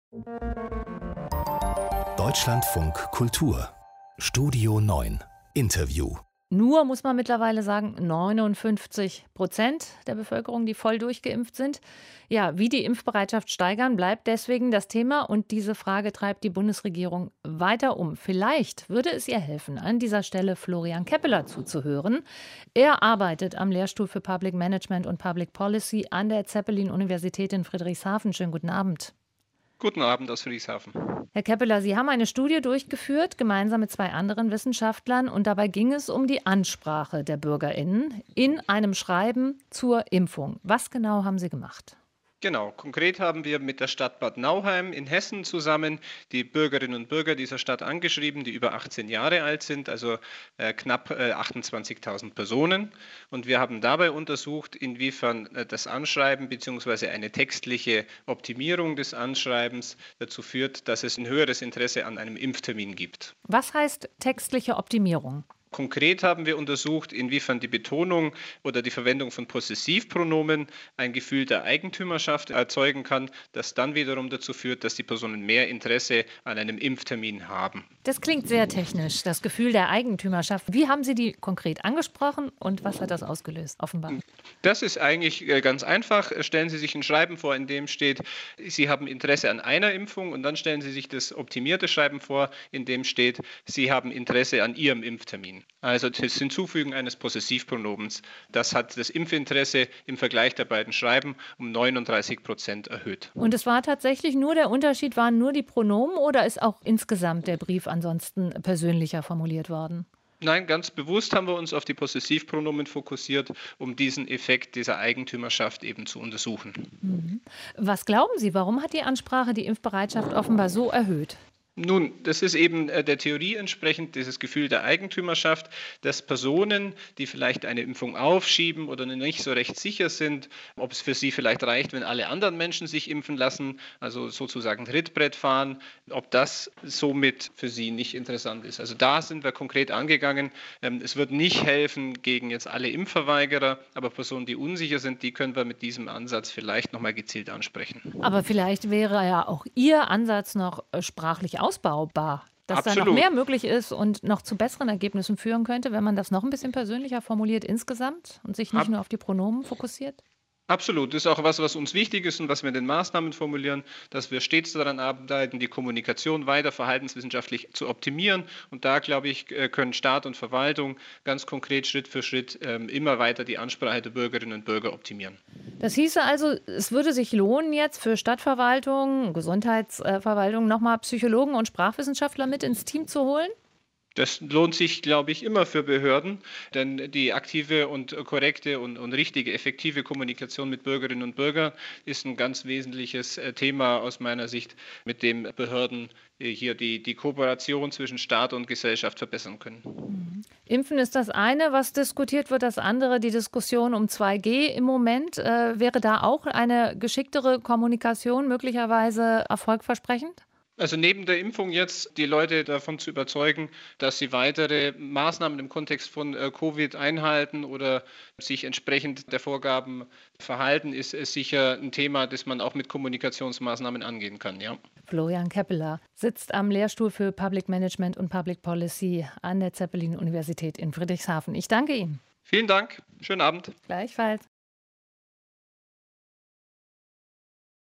Deutschlandfunk Kultur Studio 9 Interview. Nur, muss man mittlerweile sagen, 59% der Bevölkerung, die voll durchgeimpft sind. Ja, wie die Impfbereitschaft steigern, bleibt deswegen das Thema. Und diese Frage treibt die Bundesregierung weiter um. Vielleicht würde es ihr helfen, an dieser Stelle Florian Keppeler zuzuhören. Er arbeitet am Lehrstuhl für Public Management und Public Policy an der Zeppelin-Universität in Friedrichshafen. Schönen guten Abend. Guten Abend aus Friedrichshafen. Herr Keppeler, Sie haben eine Studie durchgeführt, gemeinsam mit 2 anderen Wissenschaftlern. Und dabei ging es um die Ansprache der BürgerInnen in einem Schreiben zur Impfung. Was genau haben Sie gemacht? Genau, konkret haben wir mit der Stadt Bad Nauheim in Hessen zusammen die Bürgerinnen und Bürger dieser Stadt angeschrieben, die über 18 Jahre alt sind, also knapp 28.000 Personen. Und wir haben dabei untersucht, inwiefern das Anschreiben bzw. eine textliche Optimierung des Anschreibens dazu führt, dass es ein höheres Interesse an einem Impftermin gibt. Was heißt textliche Optimierung? Konkret haben wir untersucht, inwiefern die Betonung oder die Verwendung von Possessivpronomen ein Gefühl der Eigentümerschaft erzeugen kann, das dann wiederum dazu führt, dass die Personen mehr Interesse an einem Impftermin haben. Das klingt sehr technisch, das Gefühl der Eigentümerschaft. Wie haben Sie die konkret angesprochen und was hat das ausgelöst, offenbar? Das ist eigentlich ganz einfach. Stellen Sie sich ein Schreiben vor, in dem steht, Sie haben Interesse an einer Impfung, und dann stellen Sie sich das optimierte Schreiben vor, in dem steht, Sie haben Interesse an Ihrem Impftermin. Also das Hinzufügen eines Possessivpronomens, das hat das Impfinteresse im Vergleich der beiden Schreiben um 39% erhöht. Und es war tatsächlich nur der Unterschied, waren nur die Pronomen oder ist auch insgesamt der Brief ansonsten persönlicher formuliert worden? Nein, ganz bewusst haben wir uns auf die Possessivpronomen fokussiert, um diesen Effekt dieser Eigentümerschaft eben zu untersuchen. Was glauben Sie, warum hat die Ansprache die Impfbereitschaft offenbar so erhöht? Nun, das ist eben der Theorie entsprechend, dieses Gefühl der Eigentümerschaft, dass Personen, die vielleicht eine Impfung aufschieben oder nicht so recht sicher sind, ob es für sie vielleicht reicht, wenn alle anderen Menschen sich impfen lassen, also sozusagen Trittbrett fahren, ob das somit für sie nicht interessant ist. Also da sind wir konkret angegangen. Es wird nicht helfen gegen jetzt alle Impfverweigerer, aber Personen, die unsicher sind, die können wir mit diesem Ansatz vielleicht nochmal gezielt ansprechen. Aber vielleicht wäre ja auch Ihr Ansatz noch sprachlich ausbaubar, dass Absolut. da noch mehr möglich ist und noch zu besseren Ergebnissen führen könnte, wenn man das noch ein bisschen persönlicher formuliert insgesamt und sich nicht nur auf die Pronomen fokussiert? Absolut, das ist auch was uns wichtig ist und was wir in den Maßnahmen formulieren, dass wir stets daran arbeiten, die Kommunikation weiter verhaltenswissenschaftlich zu optimieren. Und da, glaube ich, können Staat und Verwaltung ganz konkret Schritt für Schritt immer weiter die Ansprache der Bürgerinnen und Bürger optimieren. Das hieße also, es würde sich lohnen, jetzt für Stadtverwaltung, Gesundheitsverwaltung nochmal Psychologen und Sprachwissenschaftler mit ins Team zu holen? Das lohnt sich, glaube ich, immer für Behörden, denn die aktive und korrekte und richtige, effektive Kommunikation mit Bürgerinnen und Bürgern ist ein ganz wesentliches Thema aus meiner Sicht, mit dem Behörden hier die Kooperation zwischen Staat und Gesellschaft verbessern können. Impfen ist das eine, was diskutiert wird. Das andere, die Diskussion um 2G im Moment. Wäre da auch eine geschicktere Kommunikation möglicherweise erfolgversprechend? Also neben der Impfung jetzt die Leute davon zu überzeugen, dass sie weitere Maßnahmen im Kontext von Covid einhalten oder sich entsprechend der Vorgaben verhalten, ist sicher ein Thema, das man auch mit Kommunikationsmaßnahmen angehen kann. Ja. Florian Keppeler sitzt am Lehrstuhl für Public Management und Public Policy an der Zeppelin-Universität in Friedrichshafen. Ich danke Ihnen. Vielen Dank. Schönen Abend. Gleichfalls.